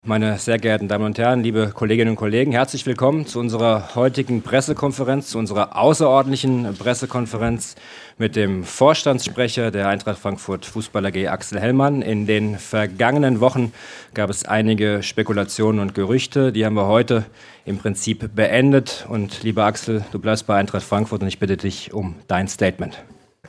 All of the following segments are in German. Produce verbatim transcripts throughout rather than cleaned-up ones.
Meine sehr geehrten Damen und Herren, liebe Kolleginnen und Kollegen, herzlich willkommen zu unserer heutigen Pressekonferenz, zu unserer außerordentlichen Pressekonferenz mit dem Vorstandssprecher der Eintracht Frankfurt Fußball A G, Axel Hellmann. In den vergangenen Wochen gab es einige Spekulationen und Gerüchte, die haben wir heute im Prinzip beendet. Und lieber Axel, du bleibst bei Eintracht Frankfurt und ich bitte dich um dein Statement.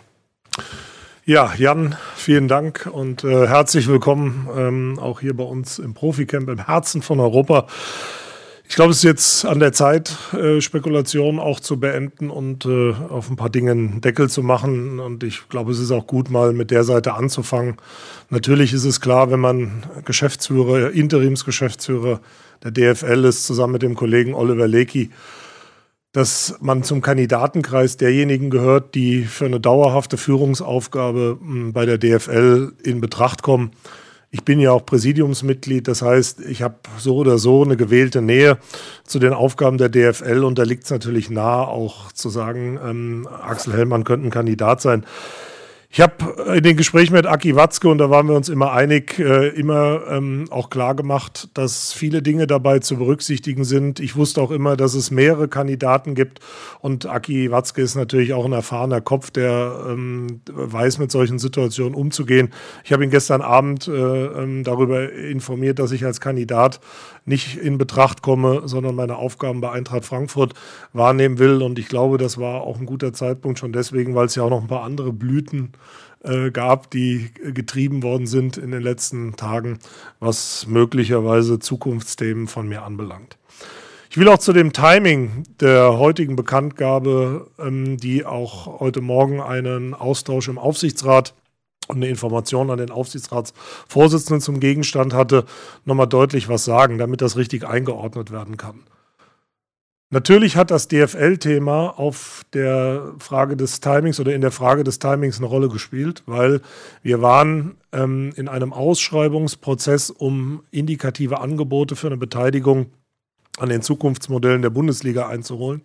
Ja, Jan, vielen Dank und äh, herzlich willkommen ähm, auch hier bei uns im Proficamp im Herzen von Europa. Ich glaube, es ist jetzt an der Zeit, äh, Spekulationen auch zu beenden und äh, auf ein paar Dinge einen Deckel zu machen. Und ich glaube, es ist auch gut, mal mit der Seite anzufangen. Natürlich ist es klar, wenn man Geschäftsführer, Interimsgeschäftsführer der D F L ist, zusammen mit dem Kollegen Oliver Lecky, dass man zum Kandidatenkreis derjenigen gehört, die für eine dauerhafte Führungsaufgabe bei der D F L in Betracht kommen. Ich bin ja auch Präsidiumsmitglied, das heißt, ich habe so oder so eine gewählte Nähe zu den Aufgaben der D F L und da liegt es natürlich nahe, auch zu sagen, ähm, Axel Hellmann könnte ein Kandidat sein. Ich habe in den Gesprächen mit Aki Watzke, und da waren wir uns immer einig, äh, immer ähm, auch klar gemacht, dass viele Dinge dabei zu berücksichtigen sind. Ich wusste auch immer, dass es mehrere Kandidaten gibt und Aki Watzke ist natürlich auch ein erfahrener Kopf, der ähm, weiß, mit solchen Situationen umzugehen. Ich habe ihn gestern Abend äh, ähm, darüber informiert, dass ich als Kandidat nicht in Betracht komme, sondern meine Aufgaben bei Eintracht Frankfurt wahrnehmen will. Und ich glaube, das war auch ein guter Zeitpunkt schon deswegen, weil es ja auch noch ein paar andere Blüten äh, gab, die getrieben worden sind in den letzten Tagen, was möglicherweise Zukunftsthemen von mir anbelangt. Ich will auch zu dem Timing der heutigen Bekanntgabe, ähm, die auch heute Morgen einen Austausch im Aufsichtsrat und eine Information an den Aufsichtsratsvorsitzenden zum Gegenstand hatte, nochmal deutlich was sagen, damit das richtig eingeordnet werden kann. Natürlich hat das D F L-Thema auf der Frage des Timings oder in der Frage des Timings eine Rolle gespielt, weil wir waren ähm, in einem Ausschreibungsprozess, um indikative Angebote für eine Beteiligung an den Zukunftsmodellen der Bundesliga einzuholen.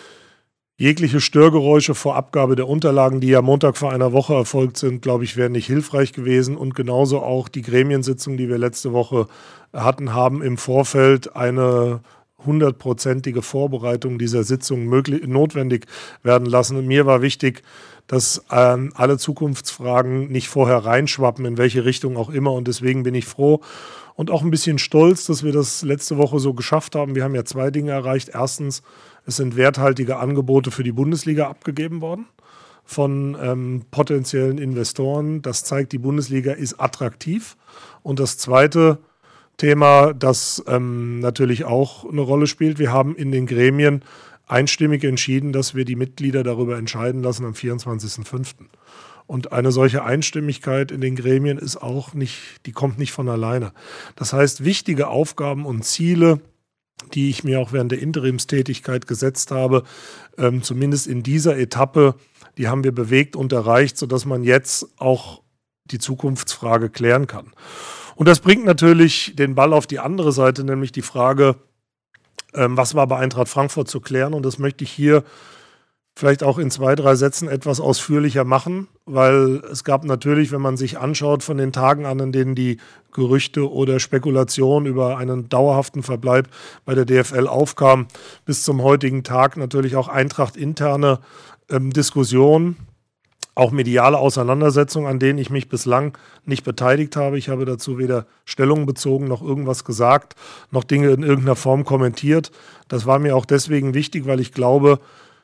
Jegliche Störgeräusche vor Abgabe der Unterlagen, die ja Montag vor einer Woche erfolgt sind, glaube ich, wären nicht hilfreich gewesen. Und genauso auch die Gremiensitzung, die wir letzte Woche hatten, haben im Vorfeld eine hundertprozentige Vorbereitung dieser Sitzung möglich, notwendig werden lassen. Und mir war wichtig, dass ähm, alle Zukunftsfragen nicht vorher reinschwappen, in welche Richtung auch immer. Und deswegen bin ich froh und auch ein bisschen stolz, dass wir das letzte Woche so geschafft haben. Wir haben ja zwei Dinge erreicht. Erstens, es sind werthaltige Angebote für die Bundesliga abgegeben worden von ähm, potenziellen Investoren. Das zeigt, die Bundesliga ist attraktiv. Und das zweite Thema, das ähm, natürlich auch eine Rolle spielt, wir haben in den Gremien einstimmig entschieden, dass wir die Mitglieder darüber entscheiden lassen am vierundzwanzigsten fünften Und eine solche Einstimmigkeit in den Gremien ist auch nicht, die kommt nicht von alleine. Das heißt, wichtige Aufgaben und Ziele, die ich mir auch während der Interimstätigkeit gesetzt habe, ähm, zumindest in dieser Etappe, die haben wir bewegt und erreicht, sodass man jetzt auch die Zukunftsfrage klären kann. Und das bringt natürlich den Ball auf die andere Seite, nämlich die Frage, ähm, was war bei Eintracht Frankfurt zu klären? Und das möchte ich hier vielleicht auch in zwei, drei Sätzen etwas ausführlicher machen, weil es gab natürlich, wenn man sich anschaut von den Tagen an, in denen die Gerüchte oder Spekulationen über einen dauerhaften Verbleib bei der D F L aufkamen, bis zum heutigen Tag natürlich auch Eintracht-interne ähm, Diskussionen, auch mediale Auseinandersetzungen, an denen ich mich bislang nicht beteiligt habe. Ich habe dazu weder Stellung bezogen, noch irgendwas gesagt, noch Dinge in irgendeiner Form kommentiert. Das war mir auch deswegen wichtig, weil ich glaube,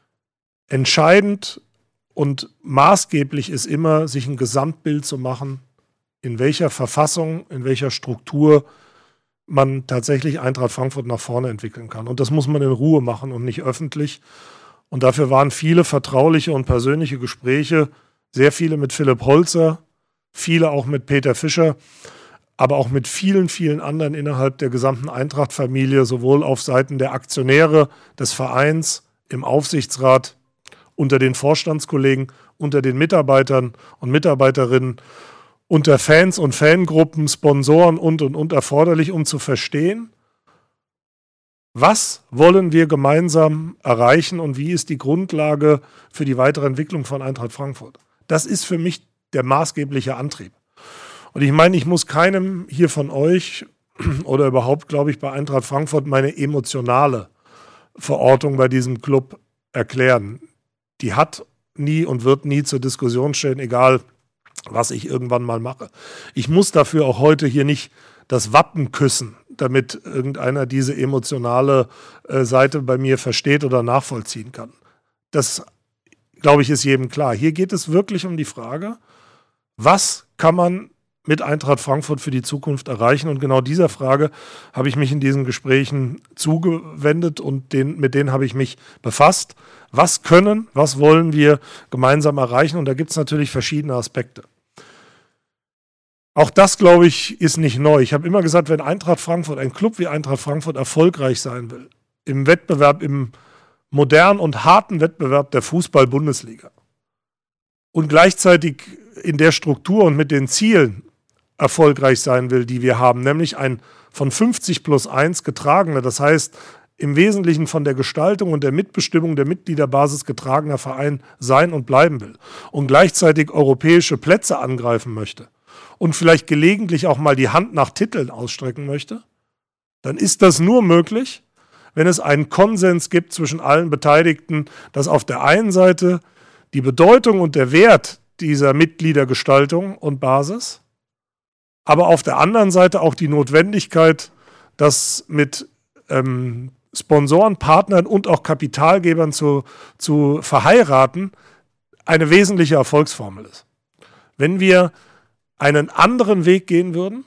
entscheidend und maßgeblich ist immer, sich ein Gesamtbild zu machen, in welcher Verfassung, in welcher Struktur man tatsächlich Eintracht Frankfurt nach vorne entwickeln kann. Und das muss man in Ruhe machen und nicht öffentlich. Und dafür waren viele vertrauliche und persönliche Gespräche, sehr viele mit Philipp Holzer, viele auch mit Peter Fischer, aber auch mit vielen, vielen anderen innerhalb der gesamten Eintracht-Familie, sowohl auf Seiten der Aktionäre, des Vereins, im Aufsichtsrat, unter den Vorstandskollegen, unter den Mitarbeitern und Mitarbeiterinnen, unter Fans und Fangruppen, Sponsoren und, und, und erforderlich, um zu verstehen, was wollen wir gemeinsam erreichen und wie ist die Grundlage für die weitere Entwicklung von Eintracht Frankfurt? Das ist für mich der maßgebliche Antrieb. Und ich meine, ich muss keinem hier von euch oder überhaupt, glaube ich, bei Eintracht Frankfurt meine emotionale Verortung bei diesem Club erklären. Die hat nie und wird nie zur Diskussion stehen, egal was ich irgendwann mal mache. Ich muss dafür auch heute hier nicht das Wappen küssen, damit irgendeiner diese emotionale äh, Seite bei mir versteht oder nachvollziehen kann. Das, glaube ich, ist jedem klar. Hier geht es wirklich um die Frage, was kann man mit Eintracht Frankfurt für die Zukunft erreichen? Und genau dieser Frage habe ich mich in diesen Gesprächen zugewendet und den, mit denen habe ich mich befasst. Was können, was wollen wir gemeinsam erreichen? Und da gibt es natürlich verschiedene Aspekte. Auch das, glaube ich, ist nicht neu. Ich habe immer gesagt, wenn Eintracht Frankfurt, ein Club wie Eintracht Frankfurt erfolgreich sein will, im Wettbewerb, im modernen und harten Wettbewerb der Fußball-Bundesliga und gleichzeitig in der Struktur und mit den Zielen erfolgreich sein will, die wir haben, nämlich ein von fünfzig plus eins getragener, das heißt im Wesentlichen von der Gestaltung und der Mitbestimmung der Mitgliederbasis getragener Verein sein und bleiben will und gleichzeitig europäische Plätze angreifen möchte und vielleicht gelegentlich auch mal die Hand nach Titeln ausstrecken möchte, dann ist das nur möglich, wenn es einen Konsens gibt zwischen allen Beteiligten, dass auf der einen Seite die Bedeutung und der Wert dieser Mitgliedergestaltung und Basis, aber auf der anderen Seite auch die Notwendigkeit, das mit ähm, Sponsoren, Partnern und auch Kapitalgebern zu, zu verheiraten, eine wesentliche Erfolgsformel ist. Wenn wir einen anderen Weg gehen würden,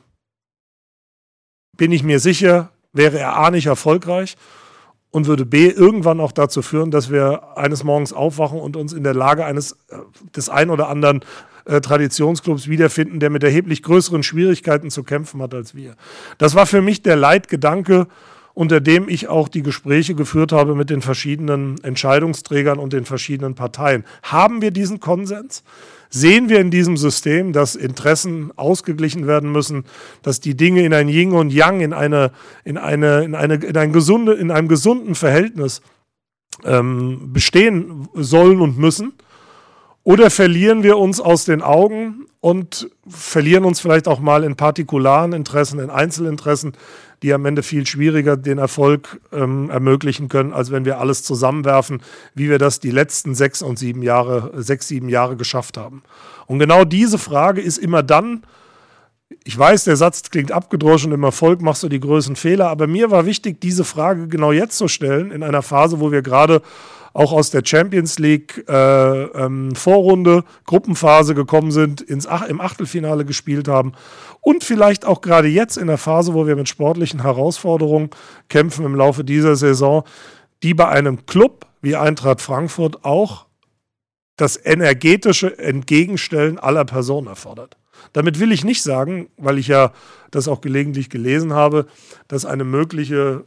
bin ich mir sicher, wäre er A nicht erfolgreich und würde B irgendwann auch dazu führen, dass wir eines Morgens aufwachen und uns in der Lage eines des ein oder anderen äh, Traditionsclubs wiederfinden, der mit erheblich größeren Schwierigkeiten zu kämpfen hat als wir. Das war für mich der Leitgedanke, unter dem ich auch die Gespräche geführt habe mit den verschiedenen Entscheidungsträgern und den verschiedenen Parteien. Haben wir diesen Konsens? Sehen wir in diesem System, dass Interessen ausgeglichen werden müssen, dass die Dinge in ein Yin und Yang, in, eine, in, eine, in, eine, in, ein gesunde, in einem gesunden Verhältnis ähm, bestehen sollen und müssen? Oder verlieren wir uns aus den Augen und verlieren uns vielleicht auch mal in partikularen Interessen, in Einzelinteressen, die am Ende viel schwieriger den Erfolg ähm, ermöglichen können, als wenn wir alles zusammenwerfen, wie wir das die letzten sechs und sieben Jahre, sechs, sieben Jahre geschafft haben. Und genau diese Frage ist immer dann, ich weiß, der Satz klingt abgedroschen, im Erfolg machst du die größten Fehler, aber mir war wichtig, diese Frage genau jetzt zu stellen, in einer Phase, wo wir gerade auch aus der Champions League äh, ähm, Vorrunde, Gruppenphase gekommen sind, ins Ach- im Achtelfinale gespielt haben und vielleicht auch gerade jetzt in der Phase, wo wir mit sportlichen Herausforderungen kämpfen im Laufe dieser Saison, die bei einem Club wie Eintracht Frankfurt auch das energetische Entgegenstellen aller Personen erfordert. Damit will ich nicht sagen, weil ich ja das auch gelegentlich gelesen habe, dass eine mögliche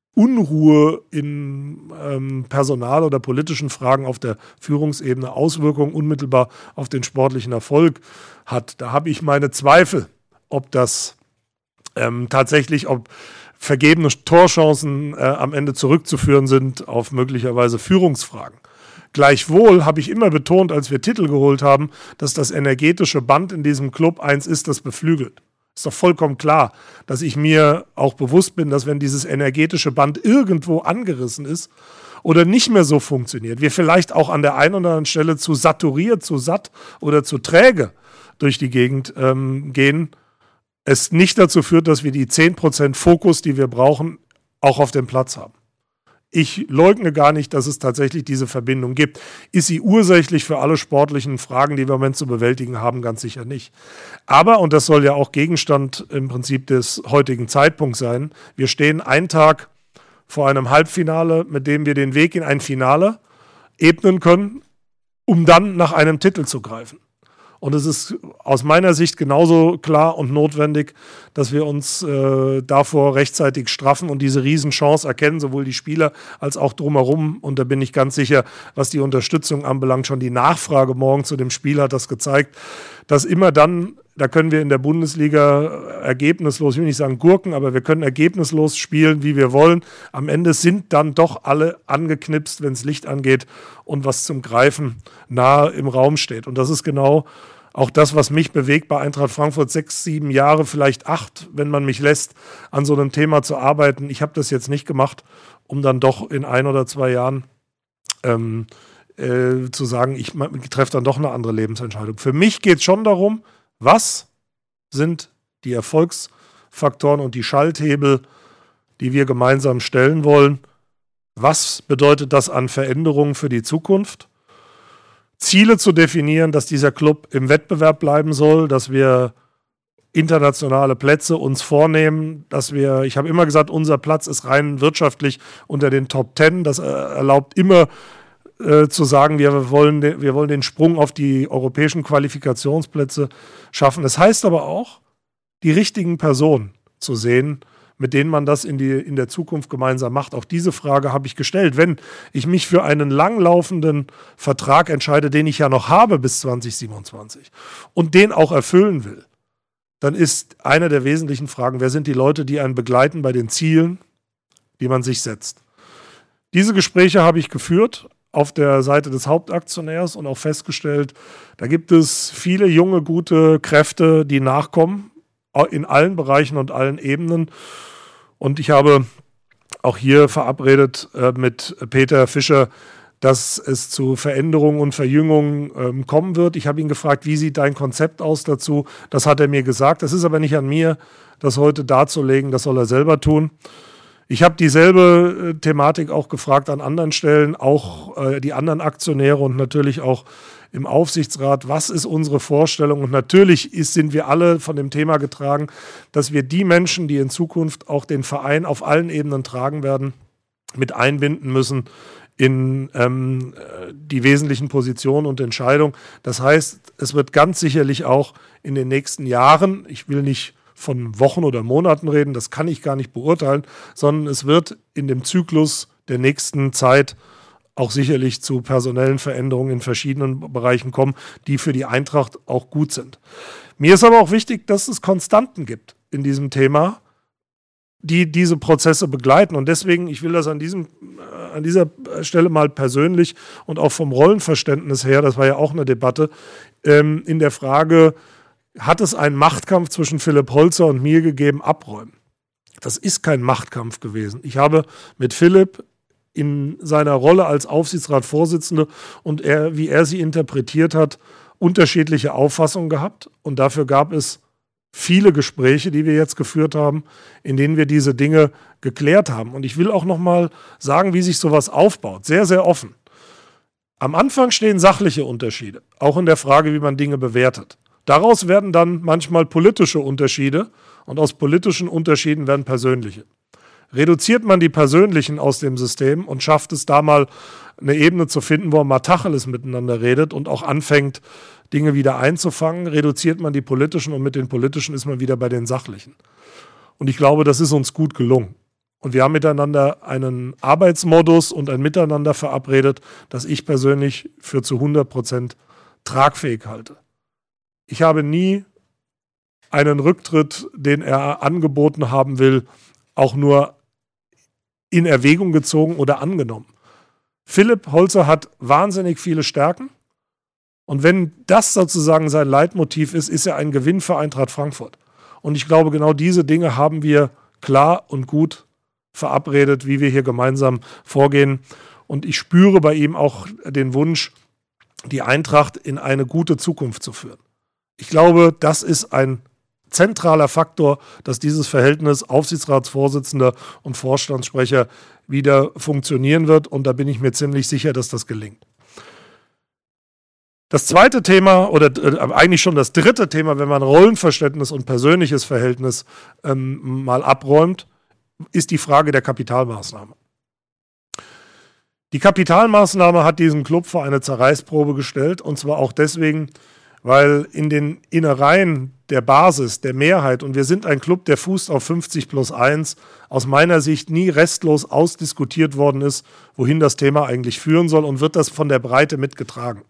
Unruhe in ähm, Personal- oder politischen Fragen auf der Führungsebene Auswirkungen unmittelbar auf den sportlichen Erfolg hat. Da habe ich meine Zweifel, ob das ähm, tatsächlich, ob vergebene Torchancen äh, am Ende zurückzuführen sind auf möglicherweise Führungsfragen. Gleichwohl habe ich immer betont, als wir Titel geholt haben, dass das energetische Band in diesem Club eins ist, das beflügelt. Ist doch vollkommen klar, dass ich mir auch bewusst bin, dass wenn dieses energetische Band irgendwo angerissen ist oder nicht mehr so funktioniert, wir vielleicht auch an der einen oder anderen Stelle zu saturiert, zu satt oder zu träge durch die Gegend ähm, gehen, es nicht dazu führt, dass wir die zehn Prozent Fokus, die wir brauchen, auch auf dem Platz haben. Ich leugne gar nicht, dass es tatsächlich diese Verbindung gibt. Ist sie ursächlich für alle sportlichen Fragen, die wir im Moment zu bewältigen haben? Ganz sicher nicht. Aber, und das soll ja auch Gegenstand im Prinzip des heutigen Zeitpunkts sein, wir stehen einen Tag vor einem Halbfinale, mit dem wir den Weg in ein Finale ebnen können, um dann nach einem Titel zu greifen. Und es ist aus meiner Sicht genauso klar und notwendig, dass wir uns äh, davor rechtzeitig straffen und diese Riesenchance erkennen, sowohl die Spieler als auch drumherum. Und da bin ich ganz sicher, was die Unterstützung anbelangt, schon die Nachfrage morgen zu dem Spiel hat das gezeigt, dass immer dann, da können wir in der Bundesliga ergebnislos, ich will nicht sagen Gurken, aber wir können ergebnislos spielen, wie wir wollen. Am Ende sind dann doch alle angeknipst, wenn es Licht angeht und was zum Greifen nahe im Raum steht. Und das ist genau auch das, was mich bewegt, bei Eintracht Frankfurt sechs, sieben Jahre, vielleicht acht, wenn man mich lässt, an so einem Thema zu arbeiten. Ich habe das jetzt nicht gemacht, um dann doch in ein oder zwei Jahren ähm, äh, zu sagen, ich, ich treffe dann doch eine andere Lebensentscheidung. Für mich geht es schon darum, was sind die Erfolgsfaktoren und die Schalthebel, die wir gemeinsam stellen wollen. Was bedeutet das an Veränderungen für die Zukunft? Ziele zu definieren, dass dieser Club im Wettbewerb bleiben soll, dass wir internationale Plätze uns vornehmen, dass wir, ich habe immer gesagt, unser Platz ist rein wirtschaftlich unter den Top Ten. Das erlaubt immer äh, zu sagen, wir wollen, de, wir wollen den Sprung auf die europäischen Qualifikationsplätze schaffen. Das heißt aber auch, die richtigen Personen zu sehen, mit denen man das in, die, in der Zukunft gemeinsam macht. Auch diese Frage habe ich gestellt. Wenn ich mich für einen langlaufenden Vertrag entscheide, den ich ja noch habe bis zwanzig siebenundzwanzig und den auch erfüllen will, dann ist eine der wesentlichen Fragen, wer sind die Leute, die einen begleiten bei den Zielen, die man sich setzt. Diese Gespräche habe ich geführt auf der Seite des Hauptaktionärs und auch festgestellt, da gibt es viele junge, gute Kräfte, die nachkommen, in allen Bereichen und allen Ebenen. Und ich habe auch hier verabredet äh, mit Peter Fischer, dass es zu Veränderungen und Verjüngungen ähm, kommen wird. Ich habe ihn gefragt, wie sieht dein Konzept aus dazu? Das hat er mir gesagt. Das ist aber nicht an mir, das heute darzulegen. Das soll er selber tun. Ich habe dieselbe äh, Thematik auch gefragt an anderen Stellen, auch äh, die anderen Aktionäre und natürlich auch im Aufsichtsrat. Was ist unsere Vorstellung? Und natürlich ist, sind wir alle von dem Thema getragen, dass wir die Menschen, die in Zukunft auch den Verein auf allen Ebenen tragen werden, mit einbinden müssen in ähm, die wesentlichen Positionen und Entscheidungen. Das heißt, es wird ganz sicherlich auch in den nächsten Jahren, ich will nicht von Wochen oder Monaten reden, das kann ich gar nicht beurteilen, sondern es wird in dem Zyklus der nächsten Zeit auch sicherlich zu personellen Veränderungen in verschiedenen Bereichen kommen, die für die Eintracht auch gut sind. Mir ist aber auch wichtig, dass es Konstanten gibt in diesem Thema, die diese Prozesse begleiten. Und deswegen, ich will das an, diesem, äh, an dieser Stelle mal persönlich und auch vom Rollenverständnis her, das war ja auch eine Debatte, ähm, in der Frage, hat es einen Machtkampf zwischen Philipp Holzer und mir gegeben, abräumen? Das ist kein Machtkampf gewesen. Ich habe mit Philipp in seiner Rolle als Aufsichtsratsvorsitzende und er, wie er sie interpretiert hat, unterschiedliche Auffassungen gehabt. Und dafür gab es viele Gespräche, die wir jetzt geführt haben, in denen wir diese Dinge geklärt haben. Und ich will auch noch mal sagen, wie sich sowas aufbaut. Sehr, sehr offen. Am Anfang stehen sachliche Unterschiede, auch in der Frage, wie man Dinge bewertet. Daraus werden dann manchmal politische Unterschiede und aus politischen Unterschieden werden persönliche. Reduziert man die persönlichen aus dem System und schafft es da mal eine Ebene zu finden, wo man mal Tacheles miteinander redet und auch anfängt, Dinge wieder einzufangen, reduziert man die politischen und mit den politischen ist man wieder bei den sachlichen. Und ich glaube, das ist uns gut gelungen. Und wir haben miteinander einen Arbeitsmodus und ein Miteinander verabredet, das ich persönlich für zu hundert Prozent tragfähig halte. Ich habe nie einen Rücktritt, den er angeboten haben will, auch nur in Erwägung gezogen oder angenommen. Philipp Holzer hat wahnsinnig viele Stärken und wenn das sozusagen sein Leitmotiv ist, ist er ein Gewinn für Eintracht Frankfurt. Und ich glaube, genau diese Dinge haben wir klar und gut verabredet, wie wir hier gemeinsam vorgehen. Und ich spüre bei ihm auch den Wunsch, die Eintracht in eine gute Zukunft zu führen. Ich glaube, das ist ein zentraler Faktor, dass dieses Verhältnis Aufsichtsratsvorsitzender und Vorstandssprecher wieder funktionieren wird. Und da bin ich mir ziemlich sicher, dass das gelingt. Das zweite Thema oder äh, eigentlich schon das dritte Thema, wenn man Rollenverständnis und persönliches Verhältnis ähm, mal abräumt, ist die Frage der Kapitalmaßnahme. Die Kapitalmaßnahme hat diesen Club vor eine Zerreißprobe gestellt und zwar auch deswegen, weil in den Innereien der Basis, der Mehrheit, und wir sind ein Club, der fußt auf fünfzig plus eins, aus meiner Sicht nie restlos ausdiskutiert worden ist, wohin das Thema eigentlich führen soll und wird das von der Breite mitgetragen.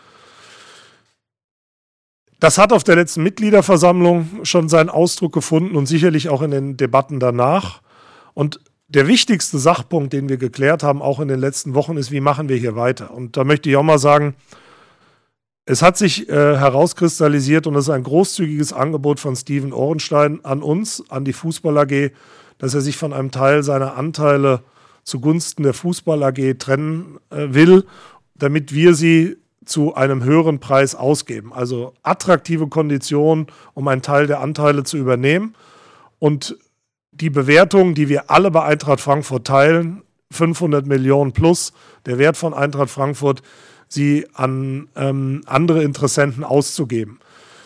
Das hat auf der letzten Mitgliederversammlung schon seinen Ausdruck gefunden und sicherlich auch in den Debatten danach. Und der wichtigste Sachpunkt, den wir geklärt haben, auch in den letzten Wochen, ist, wie machen wir hier weiter? Und da möchte ich auch mal sagen, Es hat sich äh, herauskristallisiert und es ist ein großzügiges Angebot von Steven Ohrenstein an uns, an die Fußball A G, dass er sich von einem Teil seiner Anteile zugunsten der Fußball A G trennen äh, will, damit wir sie zu einem höheren Preis ausgeben. Also attraktive Konditionen, um einen Teil der Anteile zu übernehmen. Und die Bewertung, die wir alle bei Eintracht Frankfurt teilen, fünfhundert Millionen plus, der Wert von Eintracht Frankfurt, sie an ähm, andere Interessenten auszugeben.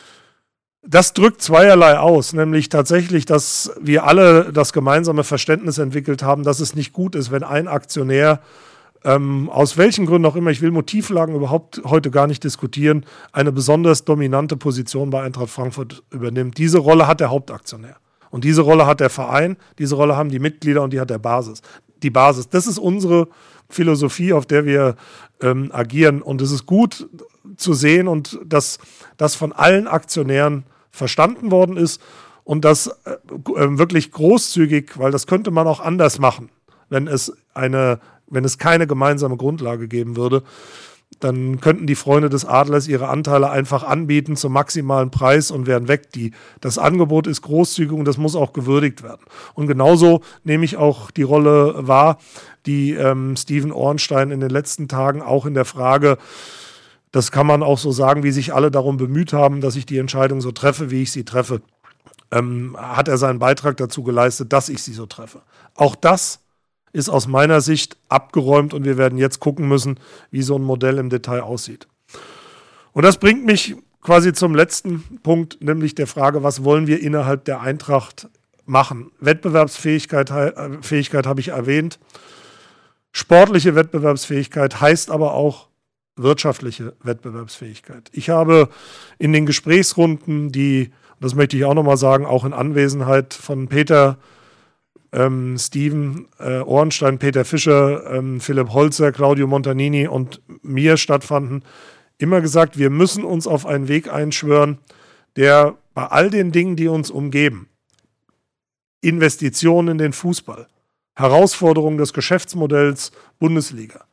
Das drückt zweierlei aus, nämlich tatsächlich, dass wir alle das gemeinsame Verständnis entwickelt haben, dass es nicht gut ist, wenn ein Aktionär, ähm, aus welchen Gründen auch immer, ich will Motivlagen überhaupt heute gar nicht diskutieren, eine besonders dominante Position bei Eintracht Frankfurt übernimmt. Diese Rolle hat der Hauptaktionär. Und diese Rolle hat der Verein, diese Rolle haben die Mitglieder und die hat der Basis. Die Basis, das ist unsere Philosophie, auf der wir ähm, agieren. Und es ist gut zu sehen und dass das von allen Aktionären verstanden worden ist und das äh, wirklich großzügig, weil das könnte man auch anders machen, wenn es eine, wenn es keine gemeinsame Grundlage geben würde. Dann könnten die Freunde des Adlers ihre Anteile einfach anbieten zum maximalen Preis und wären weg. Die, das Angebot ist großzügig und das muss auch gewürdigt werden. Und genauso nehme ich auch die Rolle wahr, die ähm, Steven Ohrenstein in den letzten Tagen auch in der Frage, das kann man auch so sagen, wie sich alle darum bemüht haben, dass ich die Entscheidung so treffe, wie ich sie treffe, ähm, hat er seinen Beitrag dazu geleistet, dass ich sie so treffe. Auch das ist aus meiner Sicht abgeräumt und wir werden jetzt gucken müssen, wie so ein Modell im Detail aussieht. Und das bringt mich quasi zum letzten Punkt, nämlich der Frage, was wollen wir innerhalb der Eintracht machen? Wettbewerbsfähigkeit äh, Fähigkeit habe ich erwähnt. Sportliche Wettbewerbsfähigkeit heißt aber auch wirtschaftliche Wettbewerbsfähigkeit. Ich habe in den Gesprächsrunden, die, das möchte ich auch nochmal sagen, auch in Anwesenheit von Peter Ähm, Steven äh, Ohrenstein, Peter Fischer, ähm, Philipp Holzer, Claudio Montanini und mir stattfanden, immer gesagt, wir müssen uns auf einen Weg einschwören, der bei all den Dingen, die uns umgeben, Investitionen in den Fußball, Herausforderungen des Geschäftsmodells Bundesliga,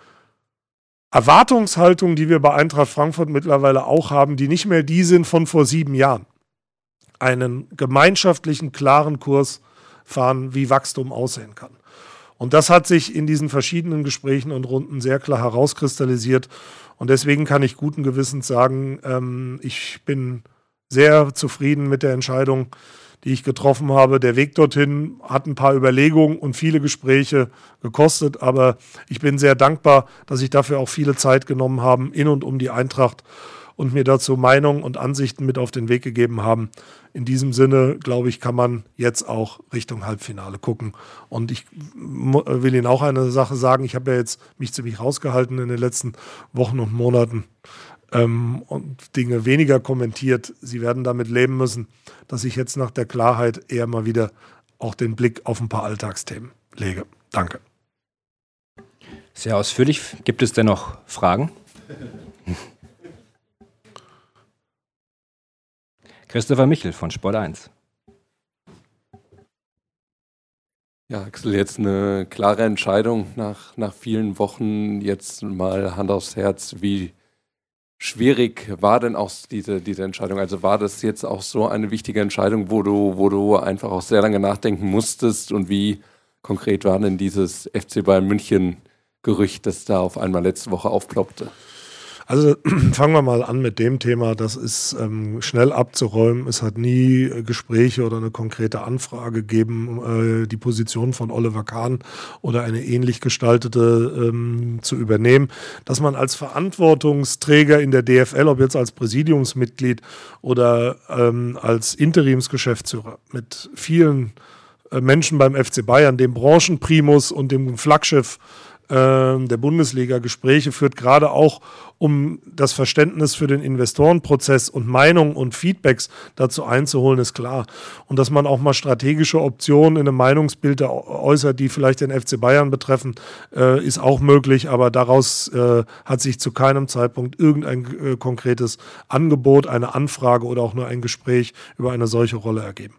Erwartungshaltung, die wir bei Eintracht Frankfurt mittlerweile auch haben, die nicht mehr die sind von vor sieben Jahren, einen gemeinschaftlichen, klaren Kurs fahren, wie Wachstum aussehen kann. Und das hat sich in diesen verschiedenen Gesprächen und Runden sehr klar herauskristallisiert. Und deswegen kann ich guten Gewissens sagen, ähm, ich bin sehr zufrieden mit der Entscheidung, die ich getroffen habe. Der Weg dorthin hat ein paar Überlegungen und viele Gespräche gekostet, aber ich bin sehr dankbar, dass ich dafür auch viele Zeit genommen habe, in und um die Eintracht und mir dazu Meinungen und Ansichten mit auf den Weg gegeben haben. In diesem Sinne, glaube ich, kann man jetzt auch Richtung Halbfinale gucken. Und ich will Ihnen auch eine Sache sagen. Ich habe ja jetzt mich ziemlich rausgehalten in den letzten Wochen und Monaten ähm, und Dinge weniger kommentiert. Sie werden damit leben müssen, dass ich jetzt nach der Klarheit eher mal wieder auch den Blick auf ein paar Alltagsthemen lege. Danke. Sehr ausführlich. Gibt es denn noch Fragen? Christopher Michel von Sport eins. Ja, Axel, jetzt eine klare Entscheidung nach, nach vielen Wochen. Jetzt mal Hand aufs Herz. Wie schwierig war denn auch diese, diese Entscheidung? Also war das jetzt auch so eine wichtige Entscheidung, wo du, wo du einfach auch sehr lange nachdenken musstest? Und wie konkret war denn dieses F C Bayern München Gerücht, das da auf einmal letzte Woche aufploppte? Also fangen wir mal an mit dem Thema, das ist ähm, schnell abzuräumen. Es hat nie äh, Gespräche oder eine konkrete Anfrage gegeben, äh, die Position von Oliver Kahn oder eine ähnlich gestaltete ähm, zu übernehmen. Dass man als Verantwortungsträger in der D F L, ob jetzt als Präsidiumsmitglied oder ähm, als Interimsgeschäftsführer mit vielen äh, Menschen beim F C Bayern, dem Branchenprimus und dem Flaggschiff der Bundesliga Gespräche führt, gerade auch um das Verständnis für den Investorenprozess und Meinungen und Feedbacks dazu einzuholen, ist klar. Und dass man auch mal strategische Optionen in einem Meinungsbild äußert, die vielleicht den F C Bayern betreffen, äh, ist auch möglich, aber daraus äh, hat sich zu keinem Zeitpunkt irgendein äh, konkretes Angebot, eine Anfrage oder auch nur ein Gespräch über eine solche Rolle ergeben.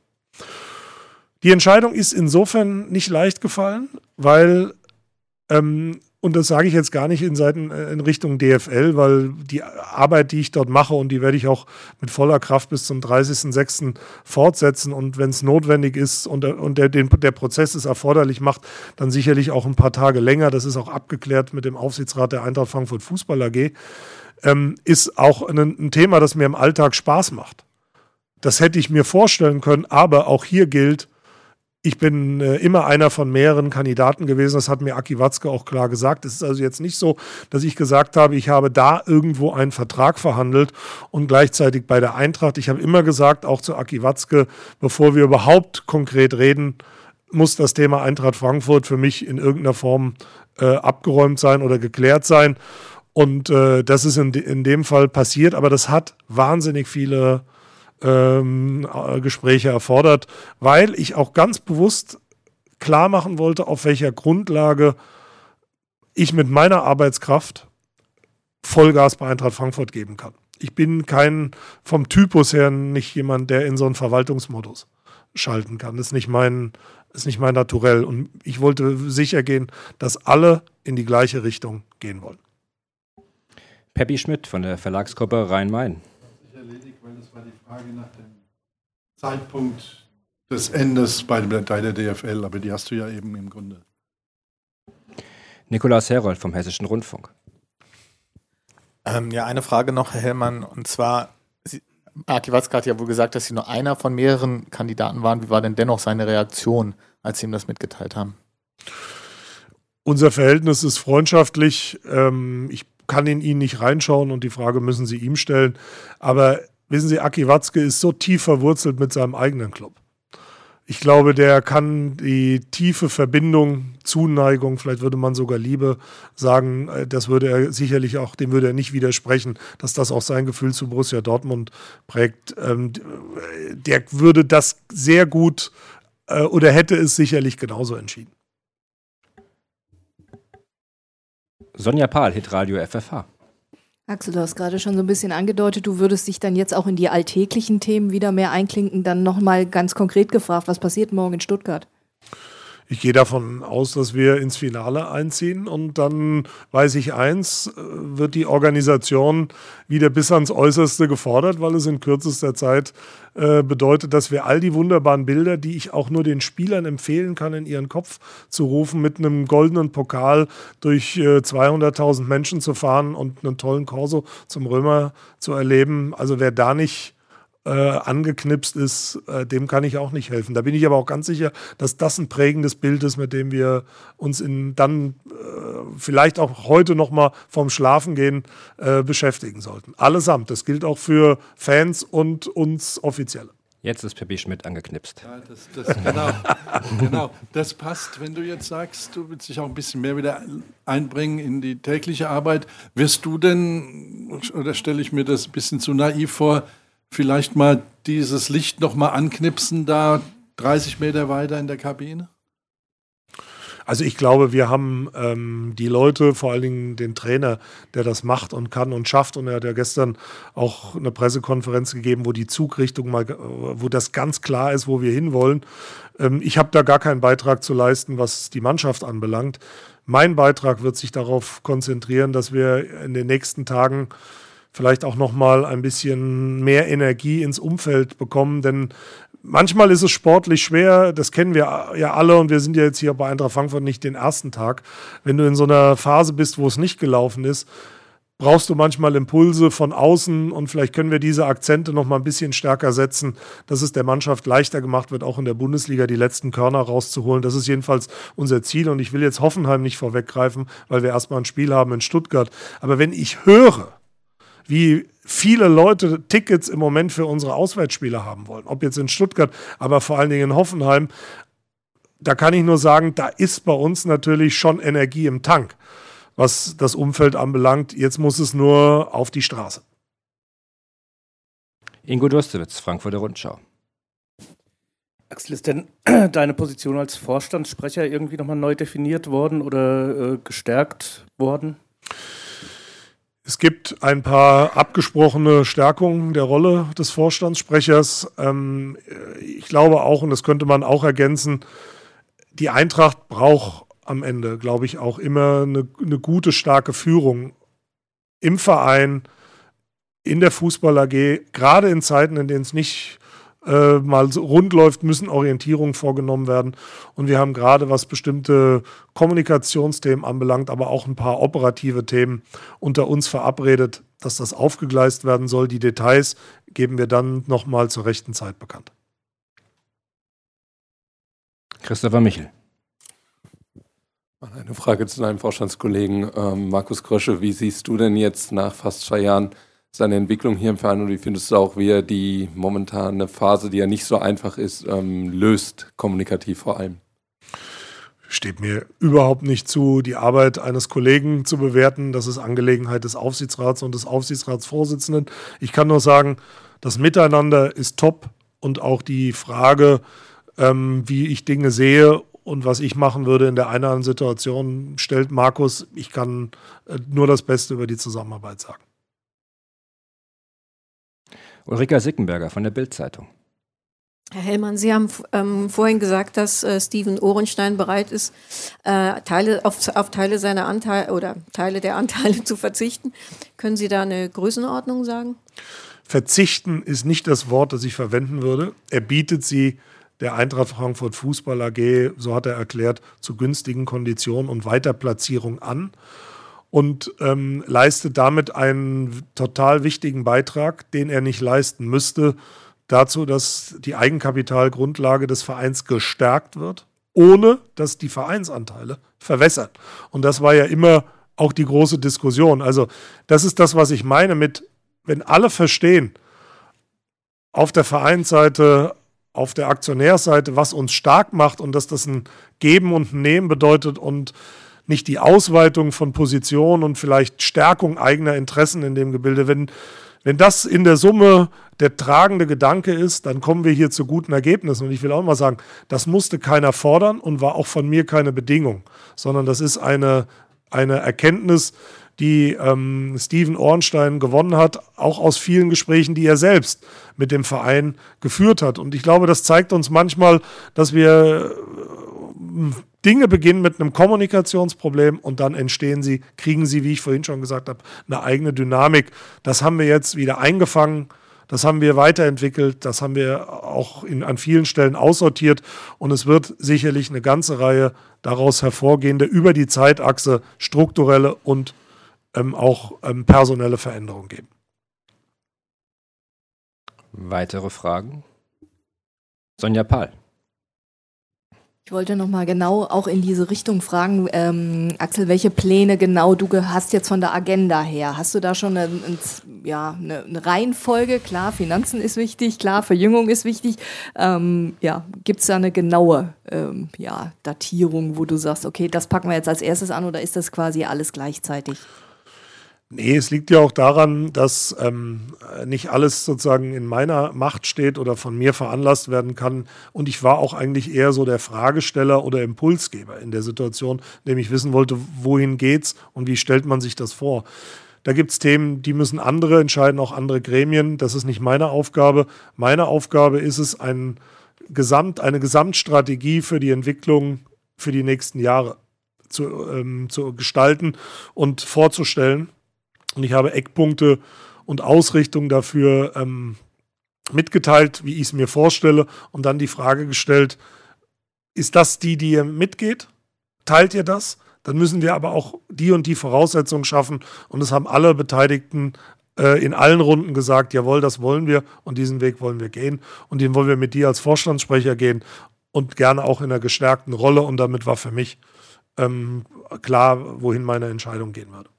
Die Entscheidung ist insofern nicht leicht gefallen, weil Ähm, und das sage ich jetzt gar nicht in, Seiten, in Richtung D F L, weil die Arbeit, die ich dort mache, und die werde ich auch mit voller Kraft bis zum dreißigsten sechsten fortsetzen. Und wenn es notwendig ist und, und der, den, der Prozess es erforderlich macht, dann sicherlich auch ein paar Tage länger. Das ist auch abgeklärt mit dem Aufsichtsrat der Eintracht Frankfurt Fußball A G. Ähm, ist auch ein, ein Thema, das mir im Alltag Spaß macht. Das hätte ich mir vorstellen können, aber auch hier gilt, ich bin äh, immer einer von mehreren Kandidaten gewesen. Das hat mir Aki Watzke auch klar gesagt. Es ist also jetzt nicht so, dass ich gesagt habe, ich habe da irgendwo einen Vertrag verhandelt und gleichzeitig bei der Eintracht. Ich habe immer gesagt, auch zu Aki Watzke, bevor wir überhaupt konkret reden, muss das Thema Eintracht Frankfurt für mich in irgendeiner Form äh, abgeräumt sein oder geklärt sein. Und äh, das ist in, de- in dem Fall passiert. Aber das hat wahnsinnig viele Ähm, Gespräche erfordert, weil ich auch ganz bewusst klar machen wollte, auf welcher Grundlage ich mit meiner Arbeitskraft Vollgas bei Eintracht Frankfurt geben kann. Ich bin kein, vom Typus her nicht jemand, der in so einen Verwaltungsmodus schalten kann. Das ist nicht mein, ist nicht mein Naturell. Und ich wollte sicher gehen, dass alle in die gleiche Richtung gehen wollen. Peppi Schmidt von der Verlagsgruppe Rhein-Main. Weil das war die Frage nach dem Zeitpunkt des Endes bei der D F L, aber die hast du ja eben im Grunde. Nikolaus Herold vom Hessischen Rundfunk. Ähm, ja, eine Frage noch, Herr Hellmann, und zwar, Sie, Aki Watzke hat ja wohl gesagt, dass Sie nur einer von mehreren Kandidaten waren. Wie war denn dennoch seine Reaktion, als Sie ihm das mitgeteilt haben? Unser Verhältnis ist freundschaftlich. Ähm, ich kann in ihn nicht reinschauen und die Frage müssen Sie ihm stellen. Aber wissen Sie, Aki Watzke ist so tief verwurzelt mit seinem eigenen Club. Ich glaube, der kann die tiefe Verbindung, Zuneigung, vielleicht würde man sogar Liebe sagen, das würde er sicherlich auch, dem würde er nicht widersprechen, dass das auch sein Gefühl zu Borussia Dortmund prägt. Der würde das sehr gut oder hätte es sicherlich genauso entschieden. Sonja Pahl, Hitradio F F H. Axel, du hast gerade schon so ein bisschen angedeutet, du würdest dich dann jetzt auch in die alltäglichen Themen wieder mehr einklinken. Dann nochmal ganz konkret gefragt, was passiert morgen in Stuttgart? Ich gehe davon aus, dass wir ins Finale einziehen und dann weiß ich eins, wird die Organisation wieder bis ans Äußerste gefordert, weil es in kürzester Zeit äh, bedeutet, dass wir all die wunderbaren Bilder, die ich auch nur den Spielern empfehlen kann, in ihren Kopf zu rufen, mit einem goldenen Pokal durch äh, zweihunderttausend Menschen zu fahren und einen tollen Corso zum Römer zu erleben. Also wer da nicht Äh, angeknipst ist, äh, dem kann ich auch nicht helfen. Da bin ich aber auch ganz sicher, dass das ein prägendes Bild ist, mit dem wir uns in dann äh, vielleicht auch heute noch mal vorm Schlafengehen äh, beschäftigen sollten. Allesamt. Das gilt auch für Fans und uns Offizielle. Jetzt ist Peppi Schmidt angeknipst. Ja, das, das, genau, genau, das passt. Wenn du jetzt sagst, du willst dich auch ein bisschen mehr wieder einbringen in die tägliche Arbeit, wirst du denn, oder stelle ich mir das ein bisschen zu naiv vor, vielleicht mal dieses Licht noch mal anknipsen, da dreißig Meter weiter in der Kabine? Also ich glaube, wir haben ähm, die Leute, vor allen Dingen den Trainer, der das macht und kann und schafft. Und er hat ja gestern auch eine Pressekonferenz gegeben, wo die Zugrichtung mal, wo das ganz klar ist, wo wir hinwollen. Ähm, ich habe da gar keinen Beitrag zu leisten, was die Mannschaft anbelangt. Mein Beitrag wird sich darauf konzentrieren, dass wir in den nächsten Tagen vielleicht auch noch mal ein bisschen mehr Energie ins Umfeld bekommen, denn manchmal ist es sportlich schwer, das kennen wir ja alle und wir sind ja jetzt hier bei Eintracht Frankfurt nicht den ersten Tag. Wenn du in so einer Phase bist, wo es nicht gelaufen ist, brauchst du manchmal Impulse von außen und vielleicht können wir diese Akzente noch mal ein bisschen stärker setzen, dass es der Mannschaft leichter gemacht wird, auch in der Bundesliga die letzten Körner rauszuholen. Das ist jedenfalls unser Ziel und ich will jetzt Hoffenheim nicht vorweggreifen, weil wir erstmal ein Spiel haben in Stuttgart. Aber wenn ich höre, wie viele Leute Tickets im Moment für unsere Auswärtsspiele haben wollen, ob jetzt in Stuttgart, aber vor allen Dingen in Hoffenheim, da kann ich nur sagen, da ist bei uns natürlich schon Energie im Tank, was das Umfeld anbelangt. Jetzt muss es nur auf die Straße. Ingo Durstewitz, Frankfurter Rundschau. Axel, ist denn deine Position als Vorstandssprecher irgendwie nochmal neu definiert worden oder äh, gestärkt worden? Es gibt ein paar abgesprochene Stärkungen der Rolle des Vorstandssprechers. Ähm, ich glaube auch, und das könnte man auch ergänzen, die Eintracht braucht am Ende, glaube ich, auch immer eine, eine gute, starke Führung im Verein, in der Fußball-A G, gerade in Zeiten, in denen es nicht äh, mal so rund läuft, müssen Orientierungen vorgenommen werden. Und wir haben gerade, was bestimmte Kommunikationsthemen anbelangt, aber auch ein paar operative Themen unter uns verabredet, dass das aufgegleist werden soll. Die Details geben wir dann nochmal zur rechten Zeit bekannt. Christopher Michel. Eine Frage zu deinem Vorstandskollegen ähm, Markus Krösche. Wie siehst du denn jetzt nach fast zwei Jahren seine Entwicklung hier im Verein und wie findest du auch, wie er die momentane Phase, die ja nicht so einfach ist, ähm, löst, kommunikativ vor allem? Steht mir überhaupt nicht zu, die Arbeit eines Kollegen zu bewerten. Das ist Angelegenheit des Aufsichtsrats und des Aufsichtsratsvorsitzenden. Ich kann nur sagen, das Miteinander ist top und auch die Frage, ähm, wie ich Dinge sehe und was ich machen würde in der einen oder anderen Situation, stellt Markus. Ich kann äh, nur das Beste über die Zusammenarbeit sagen. Ulrika Sickenberger von der Bild-Zeitung. Herr Hellmann, Sie haben ähm, vorhin gesagt, dass äh, Steven Ohrenstein bereit ist, äh, Teile auf, auf Teile seiner Anteile oder Teile der Anteile zu verzichten. Können Sie da eine Größenordnung sagen? Verzichten ist nicht das Wort, das ich verwenden würde. Er bietet sie der Eintracht Frankfurt Fußball A G, so hat er erklärt, zu günstigen Konditionen und Weiterplatzierung an. Und ähm, leistet damit einen total wichtigen Beitrag, den er nicht leisten müsste, dazu, dass die Eigenkapitalgrundlage des Vereins gestärkt wird, ohne dass die Vereinsanteile verwässern. Und das war ja immer auch die große Diskussion. Also das ist das, was ich meine mit, wenn alle verstehen, auf der Vereinsseite, auf der Aktionärsseite, was uns stark macht und dass das ein Geben und ein Nehmen bedeutet und nicht die Ausweitung von Positionen und vielleicht Stärkung eigener Interessen in dem Gebilde. Wenn, wenn das in der Summe der tragende Gedanke ist, dann kommen wir hier zu guten Ergebnissen. Und ich will auch mal sagen, das musste keiner fordern und war auch von mir keine Bedingung, sondern das ist eine, eine Erkenntnis, die ähm, Steven Ohrenstein gewonnen hat, auch aus vielen Gesprächen, die er selbst mit dem Verein geführt hat. Und ich glaube, das zeigt uns manchmal, dass wir äh, Dinge beginnen mit einem Kommunikationsproblem und dann entstehen sie, kriegen sie, wie ich vorhin schon gesagt habe, eine eigene Dynamik. Das haben wir jetzt wieder eingefangen, das haben wir weiterentwickelt, das haben wir auch in, an vielen Stellen aussortiert und es wird sicherlich eine ganze Reihe daraus hervorgehende, über die Zeitachse strukturelle und ähm, auch ähm, personelle Veränderungen geben. Weitere Fragen? Sonja Pahl. Ich wollte nochmal genau auch in diese Richtung fragen, ähm, Axel, welche Pläne genau du hast jetzt von der Agenda her? Hast du da schon eine, eine, ja, eine, eine Reihenfolge? Klar, Finanzen ist wichtig, klar, Verjüngung ist wichtig. Ähm, ja, gibt es da eine genaue ähm, ja, Datierung, wo du sagst, okay, das packen wir jetzt als erstes an oder ist das quasi alles gleichzeitig? Nee, es liegt ja auch daran, dass ähm, nicht alles sozusagen in meiner Macht steht oder von mir veranlasst werden kann. Und ich war auch eigentlich eher so der Fragesteller oder Impulsgeber in der Situation, in dem ich wissen wollte, wohin geht's und wie stellt man sich das vor. Da gibt es Themen, die müssen andere entscheiden, auch andere Gremien. Das ist nicht meine Aufgabe. Meine Aufgabe ist es, ein Gesamt, eine Gesamtstrategie für die Entwicklung für die nächsten Jahre zu, ähm, zu gestalten und vorzustellen. Und ich habe Eckpunkte und Ausrichtungen dafür ähm, mitgeteilt, wie ich es mir vorstelle und dann die Frage gestellt, ist das die, die ihr mitgeht? Teilt ihr das? Dann müssen wir aber auch die und die Voraussetzungen schaffen und es haben alle Beteiligten äh, in allen Runden gesagt, jawohl, das wollen wir und diesen Weg wollen wir gehen und den wollen wir mit dir als Vorstandssprecher gehen und gerne auch in einer gestärkten Rolle und damit war für mich ähm, klar, wohin meine Entscheidung gehen würde.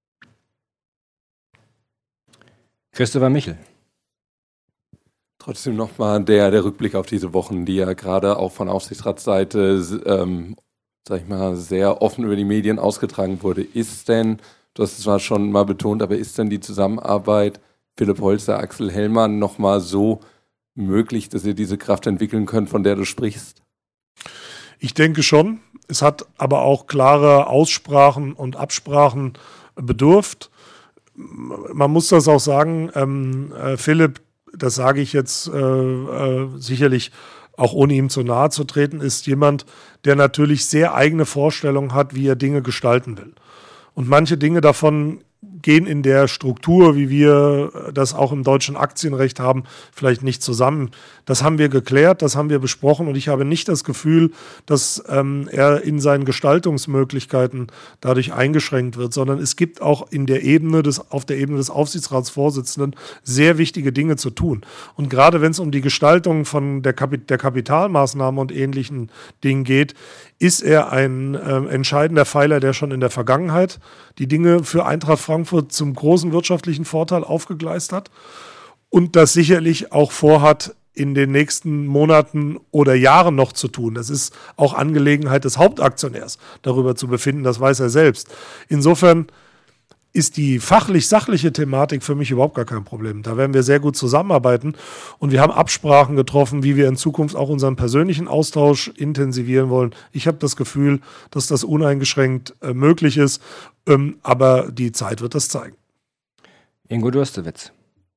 Christopher Michel. Trotzdem nochmal der, der Rückblick auf diese Wochen, die ja gerade auch von Aufsichtsratsseite, ähm, sag ich mal, sehr offen über die Medien ausgetragen wurde. Ist denn, du hast es zwar schon mal betont, aber ist denn die Zusammenarbeit Philipp Holzer, Axel Hellmann nochmal so möglich, dass ihr diese Kraft entwickeln könnt, von der du sprichst? Ich denke schon. Es hat aber auch klare Aussprachen und Absprachen bedurft. Man muss das auch sagen, ähm, äh, Philipp, das sage ich jetzt äh, äh, sicherlich auch ohne ihm zu nahe zu treten, ist jemand, der natürlich sehr eigene Vorstellungen hat, wie er Dinge gestalten will. Und manche Dinge davon gehen in der Struktur, wie wir das auch im deutschen Aktienrecht haben, vielleicht nicht zusammen. Das haben wir geklärt, das haben wir besprochen und ich habe nicht das Gefühl, dass ähm, er in seinen Gestaltungsmöglichkeiten dadurch eingeschränkt wird, sondern es gibt auch in der Ebene des, auf der Ebene des Aufsichtsratsvorsitzenden sehr wichtige Dinge zu tun. Und gerade wenn es um die Gestaltung von der, Kapit- der Kapitalmaßnahmen und ähnlichen Dingen geht, ist er ein äh, entscheidender Pfeiler, der schon in der Vergangenheit die Dinge für Eintracht Frankfurt zum großen wirtschaftlichen Vorteil aufgegleist hat und das sicherlich auch vorhat, in den nächsten Monaten oder Jahren noch zu tun. Das ist auch Angelegenheit des Hauptaktionärs, darüber zu befinden, das weiß er selbst. Insofern ist die fachlich-sachliche Thematik für mich überhaupt gar kein Problem. Da werden wir sehr gut zusammenarbeiten und wir haben Absprachen getroffen, wie wir in Zukunft auch unseren persönlichen Austausch intensivieren wollen. Ich habe das Gefühl, dass das uneingeschränkt äh, möglich ist, ähm, aber die Zeit wird das zeigen. Ingo Durstewitz.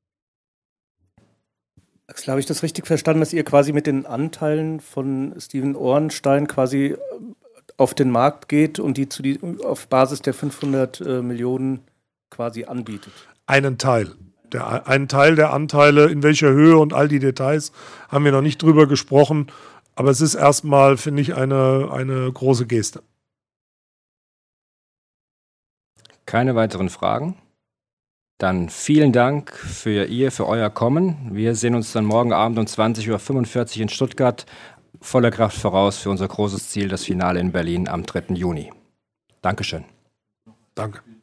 Axel, habe ich das richtig verstanden, dass ihr quasi mit den Anteilen von Steven Ohrenstein quasi auf den Markt geht und die, zu die auf Basis der fünfhundert äh, Millionen quasi anbietet? Einen Teil. Der, einen Teil der Anteile, in welcher Höhe und all die Details, haben wir noch nicht drüber gesprochen. Aber es ist erstmal, finde ich, eine, eine große Geste. Keine weiteren Fragen? Dann vielen Dank für Ihr, für euer Kommen. Wir sehen uns dann morgen Abend um zwanzig Uhr fünfundvierzig in Stuttgart. Voller Kraft voraus für unser großes Ziel, das Finale in Berlin am dritten Juni. Dankeschön. Danke.